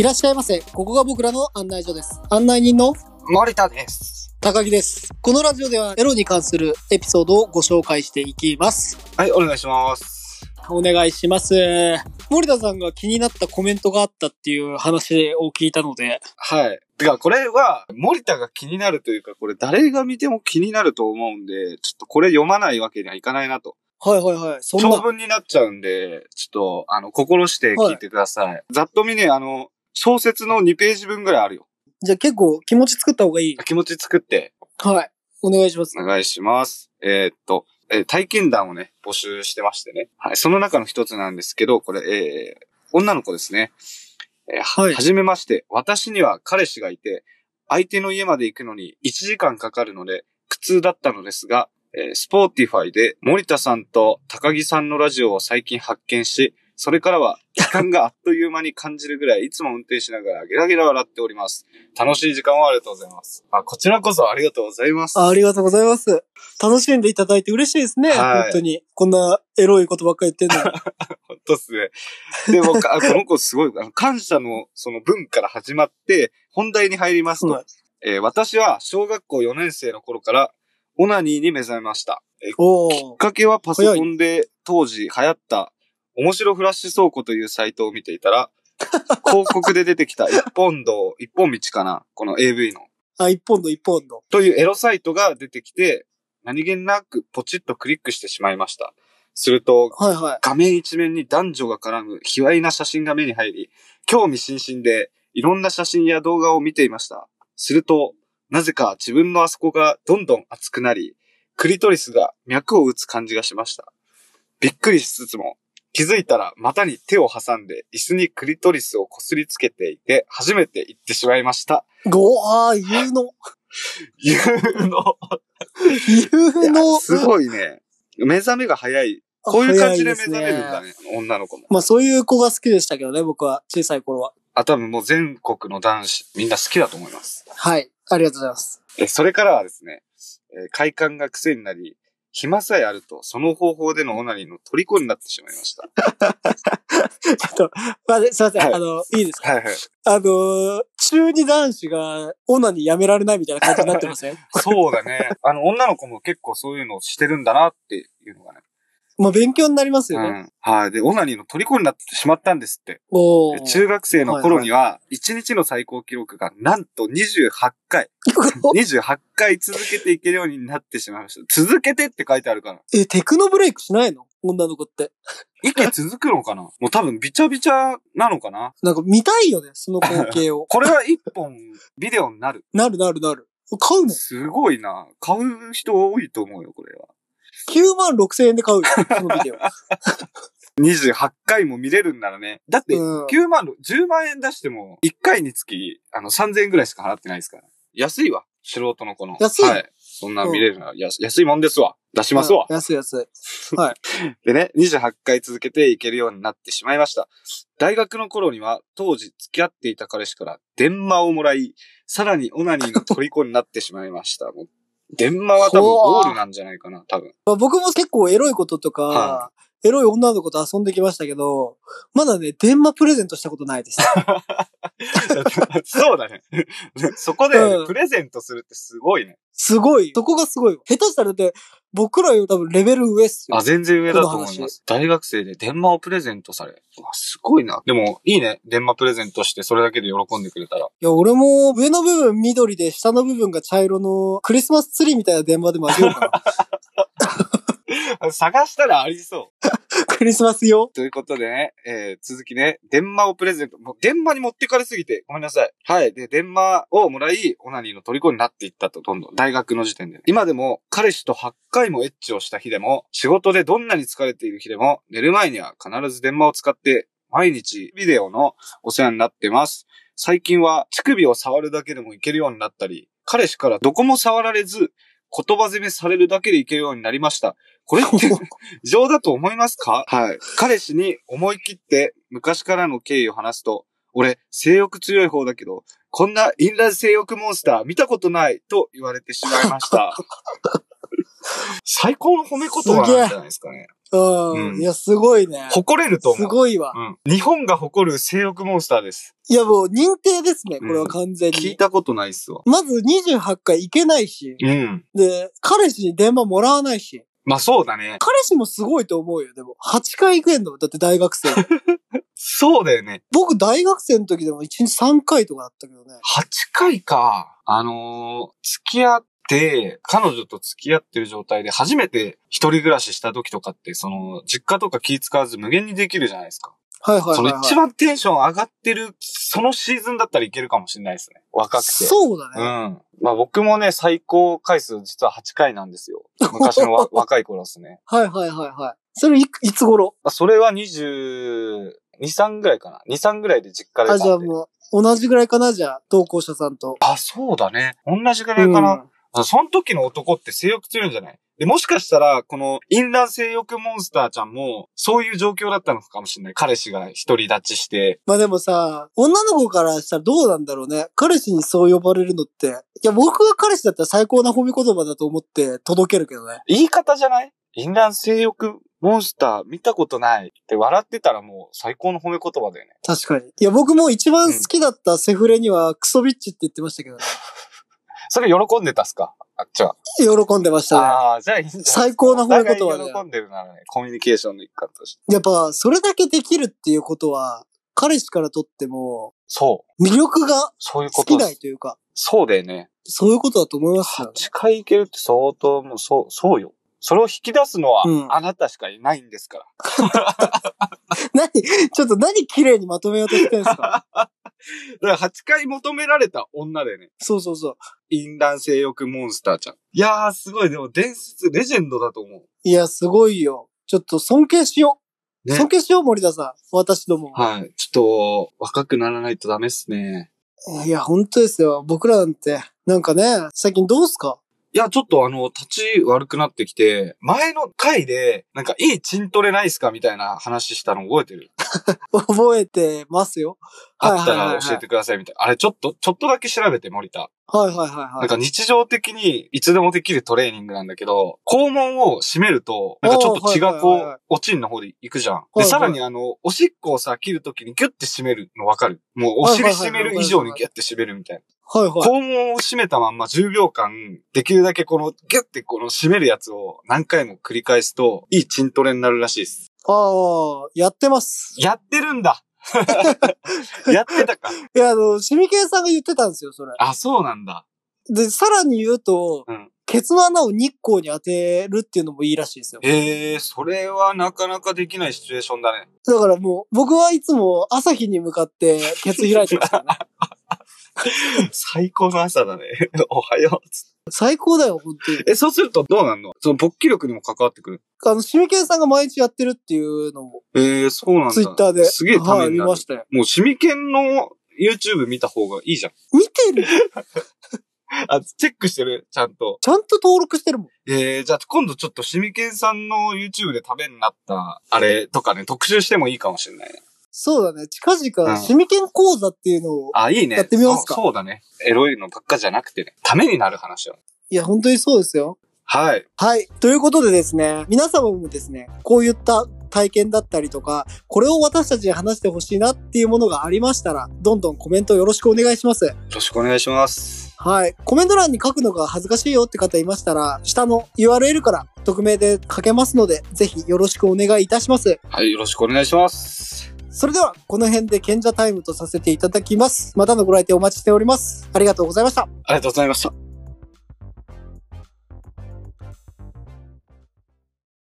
いらっしゃいませ。ここが僕らの案内所です。案内人の森田です。 高木です。このラジオではエロに関するエピソードをご紹介していきます。 はい、お願いします。 お願いします。森田さんが気になったコメントがあったっていう話を聞いたので。 はい。てか、これは森田が気になるというか、これ誰が見ても気になると思うんで、ちょっとこれ読まないわけにはいかないなと。 はいはいはい。 長文になっちゃうんで、ちょっと、心して聞いてください。はい、ざっと見ね、小説の2ページ分ぐらいあるよ。 じゃあ結構気持ち作った方がいい？ 気持ち作って。 はい。お願いします。 お願いします。体験談をね、募集してましてね。はい。その中の一つなんですけど、これ、女の子ですね。はい。はじめまして。私には彼氏がいて、相手の家まで行くのに1時間かかるので、苦痛だったのですが、スポーティファイで森田さんと高木さんのラジオを最近発見し、それからは時間があっという間に感じるぐらいいつも運転しながらゲラゲラ笑っております。楽しい時間をありがとうございます。こちらこそありがとうございます。 ありがとうございます。楽しんでいただいて嬉しいですね。はい、本当に。こんなエロいことばっかり言ってんのに。 本当っすね。でも、この子すごい、感謝のその文から始まって、本題に入りますと、私は小学校4年生の頃からオナニーに目覚めました。きっかけはパソコンで当時流行った面白フラッシュ倉庫というサイトを見ていたら、広告で出てきた一本道かな、この AV の。 一本道。 というエロサイトが出てきて、何気なくポチッとクリックしてしまいました。すると、画面一面に男女が絡む卑猥な写真が目に入り、興味津々でいろんな写真や動画を見ていました。すると、なぜか自分のあそこがどんどん熱くなり、クリトリスが脈を打つ感じがしました。びっくりしつつも、気づいたら股に手を挟んで椅子にクリトリスをこすりつけていて、初めて言ってしまいました。 言うの。 すごいね。目覚めが早い。こういう感じで目覚めるんだね、女の子も。 まあそういう子が好きでしたけどね、僕は小さい頃は。 多分もう全国の男子みんな好きだと思います。 はい、ありがとうございます。 それからはですね、快感が癖になり、暇さえあると、その方法でのオナニーの虜になってしまいました。 ちょっと、すいません、はい、いいですか？はいはい。中二男子がオナニーやめられないみたいな感じになってません？ そうだね。女の子も結構そういうのをしてるんだなっていうのがね。 まあ勉強になりますよね。 うん。はい。で、オナニーの虜になってしまったんですって。中学生の頃には、1日の最高記録がなんと28回。28回続けていけるようになってしまいました。続けてって書いてあるから。 テクノブレイクしないの？女の子って。 息続くのかな？もう多分ビチャビチャなのかな？ なんか見たいよね、その光景を。 これは一本ビデオになる。 なる。買うの？ すごいな。買う人多いと思うよ、これは。 96,000円で買うよ、そのビデオ。 28回も見れるんならね。だって、10万円出しても、1回につき、3000円ぐらいしか払ってないですから。安いわ。素人の子の。 安い？ はい。そんな見れるなら、安いもんですわ。出しますわ。 安い。はい。 でね、28回続けていけるようになってしまいました。大学の頃には、当時付き合っていた彼氏から電話をもらい、さらにオナニーの虜になってしまいました。もう電話は多分ゴールなんじゃないかな、多分。 僕も結構エロいこととか、エロい女の子と遊んできましたけど、まだね、電話プレゼントしたことないです。 そうだね。そこでプレゼントするってすごいね。 すごい。そこがすごい。下手したらだって、僕らより多分レベル上っすよ。 全然上だと思います。大学生で電話をプレゼントされ。すごいな。でも、いいね。電話プレゼントしてそれだけで喜んでくれたら。いや、俺も上の部分緑で下の部分が茶色のクリスマスツリーみたいな電話でもあげようかな。 探したらありそう。 クリスマス用ということでね、続きね、電話をプレゼント。もう電話に持ってかれすぎて、ごめんなさい。はい。で、電話をもらい、オナニーの虜になっていったと、どんどん。大学の時点で。今でも、彼氏と8回もエッチをした日でも、仕事でどんなに疲れている日でも、寝る前には必ず電話を使って、毎日ビデオのお世話になってます。最近は、乳首を触るだけでもいけるようになったり、彼氏からどこも触られず、言葉攻めされるだけでいけるようになりました。これって異常だと思いますか？はい。彼氏に思い切って昔からの経緯を話すと、俺、性欲強い方だけど、こんなインラジ性欲モンスター見たことないと言われてしまいました。最高の褒め言葉なんじゃないですかね。 うん。いや、すごいね。 誇れると思う。 すごいわ。 日本が誇る性欲モンスターです。 いや、もう認定ですね、これは完全に。 聞いたことないっすわ。 まず28回行けないし。で、彼氏に電話もらわないし。 まあそうだね。 彼氏もすごいと思うよ、でも。8回行くんだもん、だって大学生。 そうだよね。 僕大学生の時でも1日3回とかだったけどね。 8回か。付き合って、彼女と付き合ってる状態で初めて一人暮らしした時とかって、実家とか気使わず無限にできるじゃないですか。 はいはいはい、はい。 その一番テンション上がってる、そのシーズンだったらいけるかもしれないですね。若くて。 そうだね。 まあ僕もね、最高回数実は8回なんですよ。昔の若い頃ですね。 はいはいはいはい。それいつ頃？ それは22、3ぐらいかな。2、3ぐらいで実家でたんで。 じゃあもう、同じぐらいかな、じゃあ、同行者さんと。 そうだね。同じぐらいかな。その時の男って性欲強いんじゃない？で、もしかしたら、この、淫乱性欲モンスターちゃんも、そういう状況だったのかもしれない。彼氏が一人立ちして。 まあでもさ、女の子からしたらどうなんだろうね。彼氏にそう呼ばれるのって。いや、僕が彼氏だったら最高な褒め言葉だと思って届けるけどね。 言い方じゃない？淫乱性欲モンスター見たことないって笑ってたらもう最高の褒め言葉だよね。 確かに。いや、僕も一番好きだったセフレにはクソビッチって言ってましたけどね。 それ喜んでたっすか？あっちは。 喜んでましたね。 じゃあいいんじゃない？ 最高な褒め言葉で。 喜んでるならね、コミュニケーションの一環として。 やっぱ、それだけできるっていうことは、彼氏からとっても、 そう。 魅力が尽きないというか。 そうだよね。 そういうことだと思いますよ、ね。 8回いけるって相当もう、そうよ。それを引き出すのは、あなたしかいないんですから。 ちょっと何綺麗にまとめようとしてんすか？ だから8回求められた女だよね。 そうそうそう。 淫乱性欲モンスターちゃん。いやー、すごい。でも伝説、レジェンドだと思う。 いや、すごいよ。ちょっと尊敬しよう。ね、尊敬しよう、森田さん。私ども。 はい。ちょっと、若くならないとダメっすね。 いや、本当ですよ。僕らなんて。なんかね、最近どうすか？ いや、ちょっと立ち悪くなってきて、前の回で、なんかいいチントレないっすかみたいな話したの覚えてる？ 覚えてますよ。 あったら教えてくださいみたいな。あれちょっとだけ調べて、森田。 はいはいはい。 なんか日常的にいつでもできるトレーニングなんだけど、肛門を締めると、なんかちょっと血がこう、おちんの方で行くじゃん。で、さらにおしっこをさ、切るときにギュッて締めるのわかる？もうお尻締める以上にギュッて締めるみたいな。 はいはい。 肛門を締めたまんま10秒間、できるだけこのギュッてこの締めるやつを何回も繰り返すと、いいチントレになるらしいです。 やってます。 やってるんだ。やってたか。 いや、シミケンさんが言ってたんですよ、それ。 あ、そうなんだ。 で、さらに言うと、ケツの穴を日光に当てるっていうのもいいらしいですよ。 それはなかなかできないシチュエーションだね。 だからもう、僕はいつも朝日に向かってケツ開いてますからね。 最高の朝だね。おはよう。 最高だよ、本当に。 そうするとどうなんの？その勃起力にも関わってくる？ シミケンさんが毎日やってるっていうのも。 そうなんだ。 ツイッターで。 すげえためになる。 見ましたよ。 もうシミケンの YouTube 見た方がいいじゃん。 見てるチェックしてる？ちゃんと。 ちゃんと登録してるもん。 じゃあ今度ちょっとシミケンさんの YouTube でためになった、あれとかね、特集してもいいかもしれないね。 そうだね。近々、シミケン講座っていうのを。いいね。やってみますか？ そうだね。エロいのばっかじゃなくてね、ためになる話を。 いや、本当にそうですよ。 はい。 はい。ということでですね、皆様もですね、こういった体験だったりとか、これを私たちに話してほしいなっていうものがありましたら、どんどんコメントよろしくお願いします。よろしくお願いします。 はい。コメント欄に書くのが恥ずかしいよって方いましたら、下の URL から匿名で書けますので、ぜひよろしくお願いいたします。 はい、よろしくお願いします。 それでは、この辺で賢者タイムとさせていただきます。またのご来店お待ちしております。ありがとうございました。 ありがとうございました。